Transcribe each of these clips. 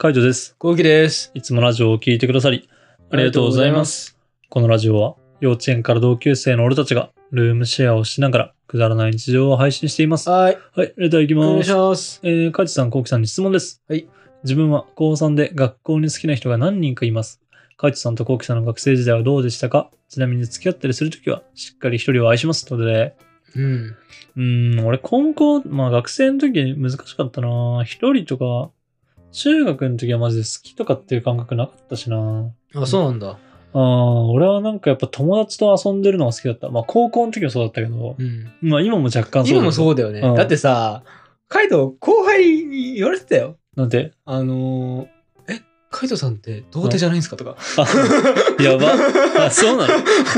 カイトです。 こうきです。 いつもラジオを聞いてくださり、ありがとうございます。このラジオは、幼稚園から同級生の俺たちが、ルームシェアをしながら、くだらない日常を配信しています。 はい。 はい、レターいきます。 お願いします。 カイトさん、コウキさんに質問です。 はい。 自分は高3で学校に好きな人が何人かいます。カイトさんとコウキさんの学生時代はどうでしたか？ちなみに付き合ったりするときは、しっかり一人を愛します。ということで、俺、高校、学生の時難しかったな。一人とか、中学の時はマジで好きとかっていう感覚なかったしな。 あ、そうなんだ。 俺はなんかやっぱ友達と遊んでるのが好きだった。高校の時もそうだったけど、今も若干そうだ。今もそうだよね。だってさ、カイト後輩に言われてたよ。 なんで？ カイトさんって童貞じゃないんですかとか。 やば。そうなの？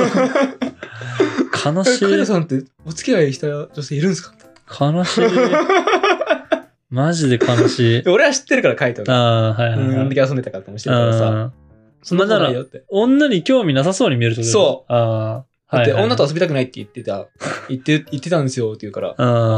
悲しい。 カイトさんってお付き合いした女性いるんですか？ 悲しい。マジで悲しい。 俺は知ってるから、カイトが。 はい。 あんだけ遊んでたからかもしれないからさ。そんなことないよって。 女に興味なさそうに見えるってことそう。 だって女と遊びたくないって言ってたんですよって言うから、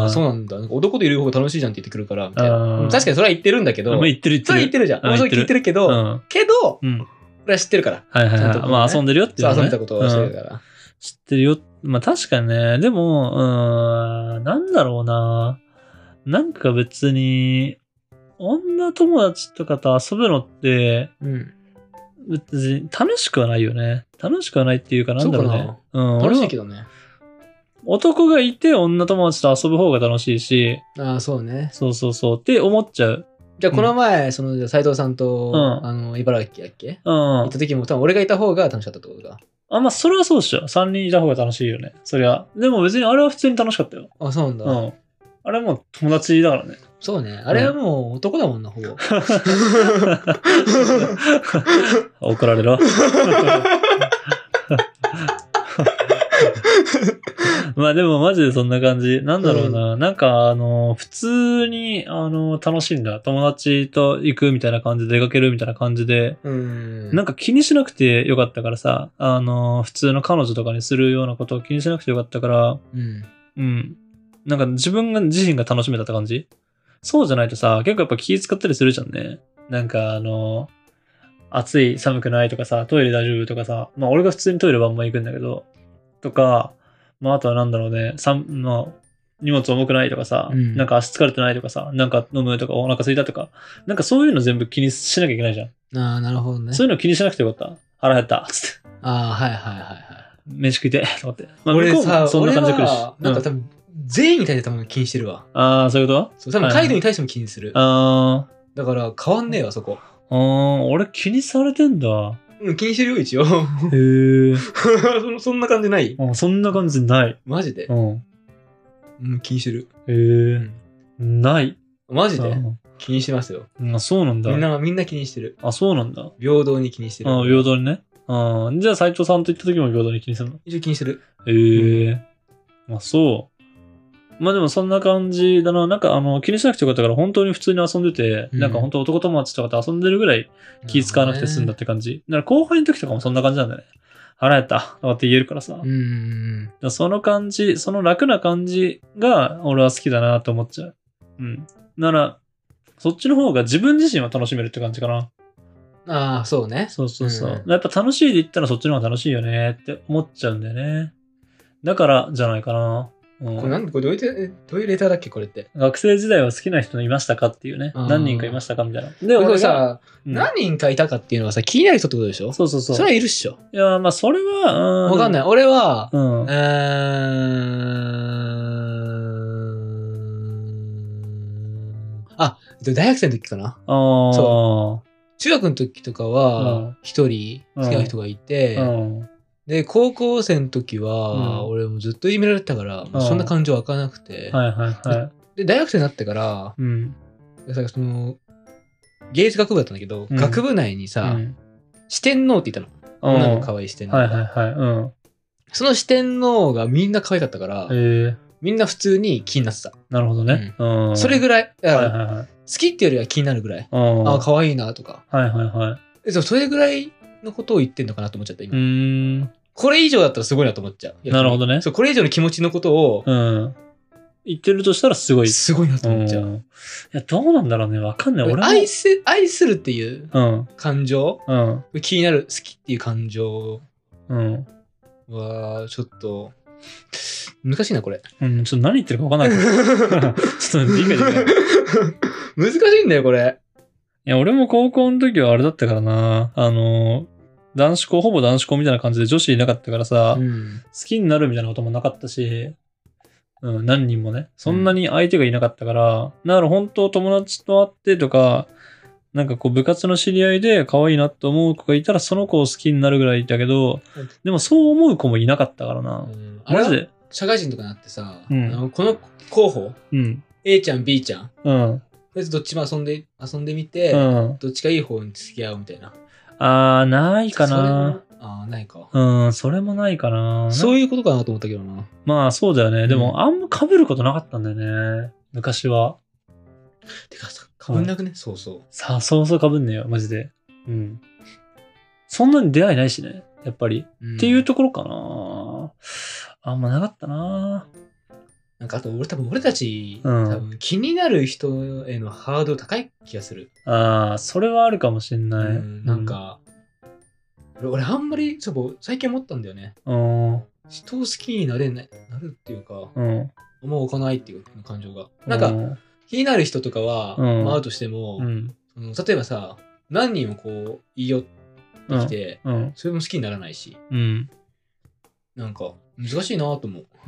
そうなんだ。男といる方が楽しいじゃんって言ってくるから、みたいな。確かにそれは言ってるんだけど、 言ってる。 それは言ってるじゃん。俺それ聞いてるけど、俺は知ってるから。 遊んでるよっていう。 遊んでたことをしてるから。 知ってるよ。確かにね。でも、なんだろうな。なんか別に、女友達とかと遊ぶのって、別に楽しくはないよね。楽しくはないっていうかなんだろうね。 楽しいけどね。 男がいて女友達と遊ぶ方が楽しいし。 そうね。 そうって思っちゃう。 じゃあこの前、斉藤さんと、茨城だっけ行った時も多分俺がいた方が楽しかったってことだ。 それはそうっしょ。3人いた方が楽しいよね。そりゃ。でも別にあれは普通に楽しかったよ。 あ、そうなんだ。 あれはもう友達だからね。 そうね。あれはもう男だもんな、ほぼ。 怒られろ。でもマジでそんな感じ。なんだろうな。なんか普通に楽しいんだ。友達と行くみたいな感じで出かけるみたいな感じで。なんか気にしなくてよかったからさ。普通の彼女とかにするようなことを気にしなくてよかったから。なんか自分自身が楽しめたって感じ？そうじゃないとさ、結構やっぱ気使ったりするじゃんね。なんか暑い、寒くないとかさ、トイレ大丈夫とかさ、俺が普通にトイレバンバン行くんだけど、とか、あとはなんだろうね、荷物重くないとかさ、なんか足疲れてないとかさ、なんか飲むとかお腹空いたとか、なんかそういうの全部気にしなきゃいけないじゃん。 なるほどね。 そういうの気にしなくてよかった。腹減った、つって。 はい。 飯食いて、と思って。 俺さ、 そんな感じで来るし。 なんか多分、全員に対して多分気にしてるわ。 そういうこと？ そう、多分カイトに対しても気にする。だから変わんねえわ、そこ。 俺気にされてんだ。 気にしてるよ、一応。 へえ。 そんな感じない？ そんな感じない。 マジで？気にしてる。 へえ。ない。 マジで？気にしてますよ。 そうなんだ。 みんな気にしてる。 そうなんだ。 平等に気にしてる。 平等にね。じゃあ斉藤さんと行った時も平等に気にするの？ 一応気にしてる。 へえ。そう。でもそんな感じだな。なんか気にしなくてよかったから本当に普通に遊んでて、なんか本当男友達とかと遊んでるぐらい気使わなくて済んだって感じ。だから後輩の時とかもそんな感じなんだね。腹減ったとかって言えるからさ。その感じ、その楽な感じが俺は好きだなと思っちゃう。なら、そっちの方が自分自身は楽しめるって感じかな。 そうね。 そう。やっぱ楽しいで言ったらそっちの方が楽しいよねって思っちゃうんだよね。だからじゃないかな。 これどういうレターだっけこれって。 学生時代は好きな人いましたかっていうね。何人かいましたかみたいな。で、 俺さ、何人かいたかっていうのはさ、気になる人ってことでしょ？そう。それはいるっしょ。 いや、それは、 わかんない。俺は、大学生の時かな。そう。中学の時とかは、一人好きな人がいて、で、高校生の時は、俺もずっといじめられてたから、そんな感情湧かなくて。で、大学生になってから、芸術学部だったんだけど、学部内にさ、四天王って言ったの。女の可愛い四天王。その四天王がみんな可愛かったから、みんな普通に気になってた。 なるほどね。 それぐらい。好きっていうよりは気になるぐらい。可愛いなとか。それぐらいのことを言ってんのかなと思っちゃった、今。これ以上だったらすごいなと思っちゃう。 なるほどね。 これ以上の気持ちのことを言ってるとしたらすごい。 すごいなと思っちゃう。 いや、どうなんだろうね。わかんない。俺も愛するっていう感情、気になる、好きっていう感情は、ちょっと、難しいな、これ。 ちょっと何言ってるかわかんない。ちょっと理解できない。 難しいんだよ、これ。 いや、俺も高校の時はあれだったからな。男子校、ほぼ男子校みたいな感じで女子いなかったからさ、好きになるみたいなこともなかったし、何人もね、そんなに相手がいなかったから、だから本当友達と会ってとか、なんかこう部活の知り合いで可愛いなと思う子がいたらその子を好きになるぐらいだけど、でもそう思う子もいなかったからな。マジで。 社会人とかになってさ、この候補、A ちゃん、B ちゃん、とりあえずどっちも遊んでみて、どっちがいい方に付き合うみたいな。 ないかな。 ないか。 それもないかな。 そういうことかなと思ったけどな。 まあそうだよね。でもあんま被ることなかったんだよね。昔は。 てかさ、被んなくね、そうそう。 さあ、そうそう被んねえよ、マジで。そんなに出会いないしね。やっぱり。っていうところかな。あんまなかったな。 なんかあと俺たち、多分気になる人へのハードル高い気がする。 それはあるかもしんない。 なんか、俺あんまり最近思ったんだよね。人を好きになるっていうか、あんま置かないっていう感情が。なんか、気になる人とかは、会うとしても、例えばさ、何人もこう言い寄ってきて、それも好きにならないし、なんか難しいなと思う。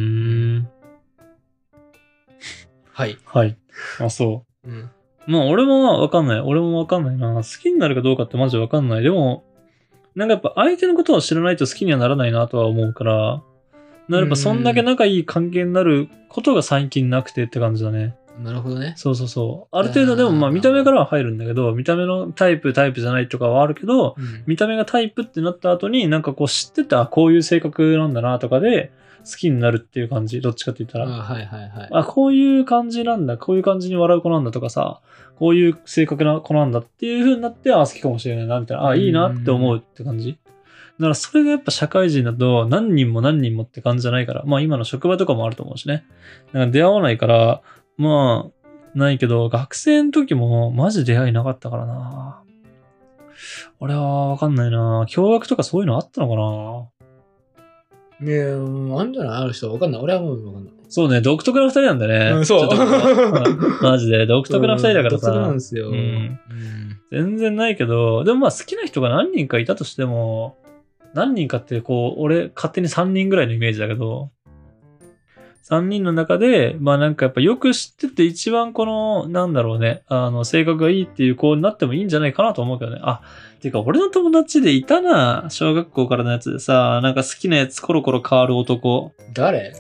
はい。 はい。そう。まあ俺もわかんない。俺もわかんないな。好きになるかどうかってマジわかんない。でも、なんかやっぱ相手のことを知らないと好きにはならないなとは思うから、やっぱそんだけ仲いい関係になることが最近なくてって感じだね。 なるほどね。 そうそうそう。ある程度でもまあ見た目からは入るんだけど、見た目のタイプじゃないとかはあるけど、見た目がタイプってなった後になんかこう知ってたこういう性格なんだなとかで好きになるっていう感じ。どっちかって言ったら。こういう感じなんだ。こういう感じに笑う子なんだとかさ、こういう性格な子なんだっていう風になって、好きかもしれないなみたいな。いいなって思うって感じ。だからそれがやっぱ社会人だと何人もって感じじゃないから、まあ今の職場とかもあると思うしね。なんか出会わないから、まあ、ないけど、学生の時もマジ出会いなかったからな。俺はわかんないな。共学とかそういうのあったのかな。いや、あんじゃないある人わかんない。俺はもうわかんない。 そうね、独特な二人なんだね。 そう。 マジで、独特な二人だからさ。 独特なんですよ。 全然ないけど、でもまあ好きな人が何人かいたとしても、何人かってこう、俺勝手に3人ぐらいのイメージだけど、3人の中で、まあなんかやっぱよく知ってて一番この、なんだろうね、性格がいいっていう子になってもいいんじゃないかなと思うけどね。ていうか俺の友達でいたな、小学校からのやつでさ、なんか好きなやつコロコロ変わる男。 誰？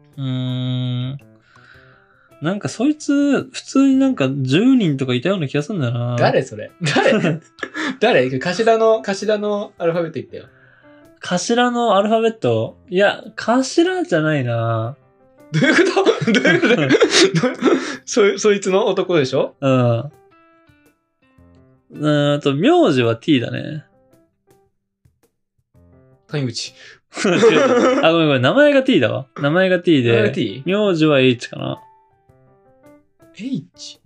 なんかそいつ、普通になんか10人とかいたような気がするんだよな。 誰それ？誰頭のアルファベット言ったよ。 頭のアルファベット？いや、頭じゃないな。 どういうことそいつの男でしょ？ 名字は T だね。 谷口。 ごめん。名前が T だわ。名前が T で。 T？ 名字は H かな。 H？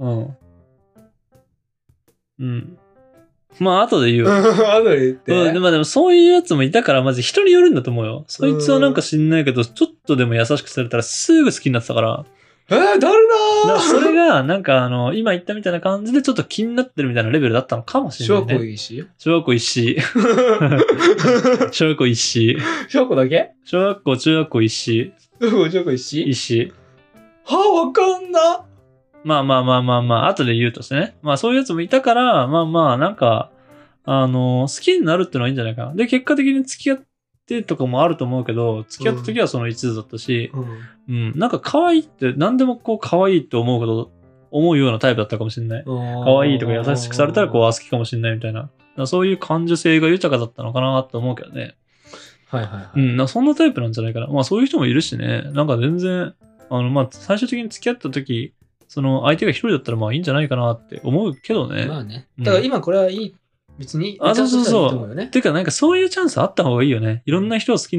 まあ、後で言う。 後で言って。 でもそういうやつもいたから、マジ人によるんだと思うよ。そいつはなんか知んないけど、ちょっとでも優しくされたらすぐ好きになってたから。 誰だー？それが、なんか今言ったみたいな感じでちょっと気になってるみたいなレベルだったのかもしれない、ね。 小学校石井？ 小学校石井。小学校石井。 小学校だけ？ 小学校、中学校石井。 小学校石井？ 石井。 わかんな。 まあ、後で言うとしてね。まあそういうやつもいたから、なんか、好きになるってのはいいんじゃないかな。で、結果的に付き合ってとかもあると思うけど、付き合った時はその一途だったし、なんか可愛いって、何でもこう可愛いって思うようなタイプだったかもしれない。可愛いとか優しくされたらこう好きかもしれないみたいな。そういう感受性が豊かだったのかなと思うけどね。そんなタイプなんじゃないかな。まあそういう人もいるしね。なんか全然、最終的に付き合った時、その相手が一人だったらまあいいんじゃないかなって思うけどね。 まあね。だから今これはいい。別に。 そう。てかなんかそういうチャンスあった方がいいよね。いろんな人を好きになっ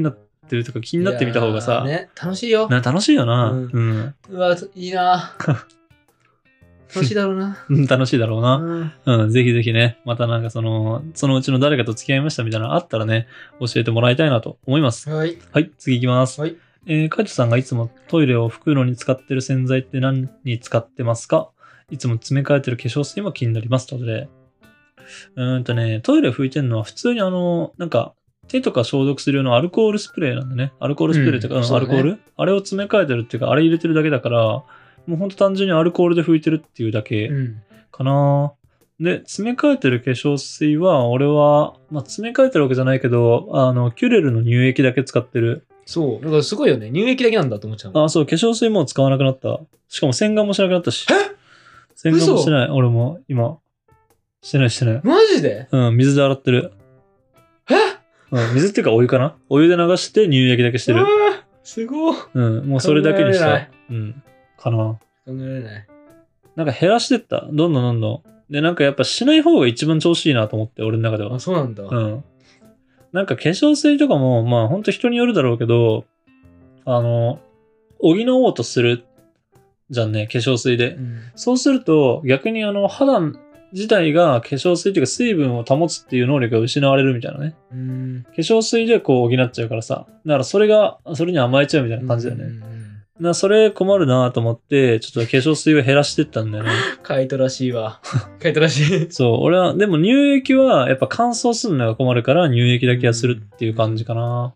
ってるとか気になってみた方がさ、 ね、楽しいよ。 楽しいよな。 うわ、いいな。楽しいだろうな。 楽しいだろうな。ぜひぜひね、またなんかそのうちの誰かと付き合いましたみたいなのあったらね、教えてもらいたいなと思います。はい。はい、次行きます。はい。カイトさんがいつもトイレを拭くのに使ってる洗剤って何に使ってますか？いつも詰め替えてる化粧水も気になります。ということで。トイレ拭いてるのは普通になんか、手とか消毒するようなアルコールスプレーなんでね。アルコールスプレーとか、アルコールあれを詰め替えてるっていうか、あれ入れてるだけだから、もうほんと単純にアルコールで拭いてるっていうだけかな。で、詰め替えてる化粧水は、俺は、詰め替えてるわけじゃないけど、キュレルの乳液だけ使ってる。 そう。だからすごいよね。乳液だけなんだと思っちゃう。 そう、化粧水もう使わなくなった。しかも洗顔もしなくなったし。洗顔もしてない。俺も今。してない。 マジで？ 水で洗ってる。水っていうかお湯かな？お湯で流して乳液だけしてる。 すごい。 もうそれだけにした。かな。 考えられない。 なんか減らしてった。どんどん。で、なんかやっぱしない方が一番調子いいなと思って、俺の中では。 そうなんだ。 なんか化粧水とかも、ほんと人によるだろうけど、補おうとするじゃんね、化粧水で。そうすると、逆に肌自体が化粧水っていうか水分を保つっていう能力が失われるみたいなね。化粧水でこう補っちゃうからさ。だからそれに甘えちゃうみたいな感じだよね。それ困るなと思って、ちょっと化粧水を減らしてったんだよね。 カイトらしいわ。カイトらしい。 そう、俺は、でも乳液はやっぱ乾燥するのが困るから乳液だけはするっていう感じかな。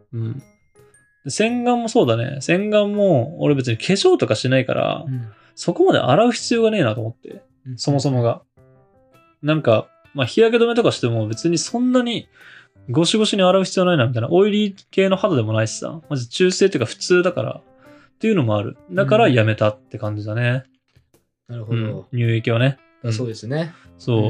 洗顔もそうだね。洗顔も俺別に化粧とかしないから、そこまで洗う必要がねえなと思って。そもそもが。なんか、日焼け止めとかしても別にそんなにゴシゴシに洗う必要ないなみたいな。オイリー系の肌でもないしさ。マジ中性っていうか普通だから。っていうのもある。だからやめたって感じだね。 なるほど。 乳液はね。 そうですね。 そう。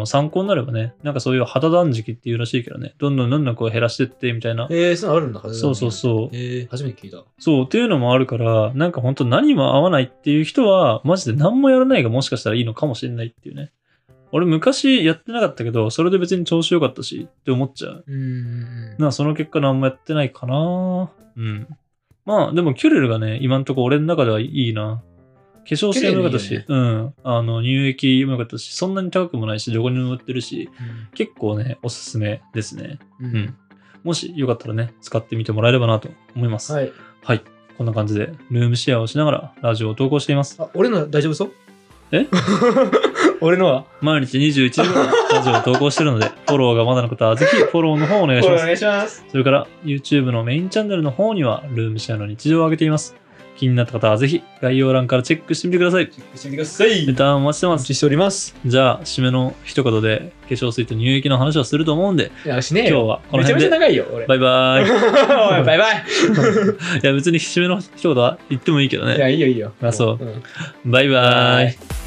参考になればね。なんかそういう肌断食っていうらしいけどね。どんどんこう減らしてってみたいな。 そういうのあるんだ。 そう。 初めて聞いた。 そう。っていうのもあるから、なんか本当何も合わないっていう人は、マジで何もやらないがもしかしたらいいのかもしれないっていうね。俺昔やってなかったけど、それで別に調子良かったしって思っちゃう。その結果何もやってないかな。でもキュレルがね、今んとこ俺の中ではいいな。化粧水も良かったし、乳液も良かったし、そんなに高くもないし、どこにも売ってるし、結構ね、おすすめですね。もしよかったらね、使ってみてもらえればなと思います。はい。こんな感じで、ルームシェアをしながらラジオを投稿しています。 俺の大丈夫そう？ 俺のは毎日21時頃ラジオを投稿してるので、フォローがまだの方はぜひフォローの方をお願いします。 お願いします。 それから YouTube のメインチャンネルの方にはルームシェアの日常を上げています。気になった方はぜひ概要欄からチェックしてみてください。レターお待ちしてます。 お待ちしております。 じゃあ、締めの一言で化粧水と乳液の話をすると思うんで、 いや、しねえよ。 今日はこの辺で。 めちゃめちゃ長いよ、俺。 バイバーイ。 バイバイ。 いや、別に締めの一言は言ってもいいけどね。 いや、いいよ。 そう。バイバーイ。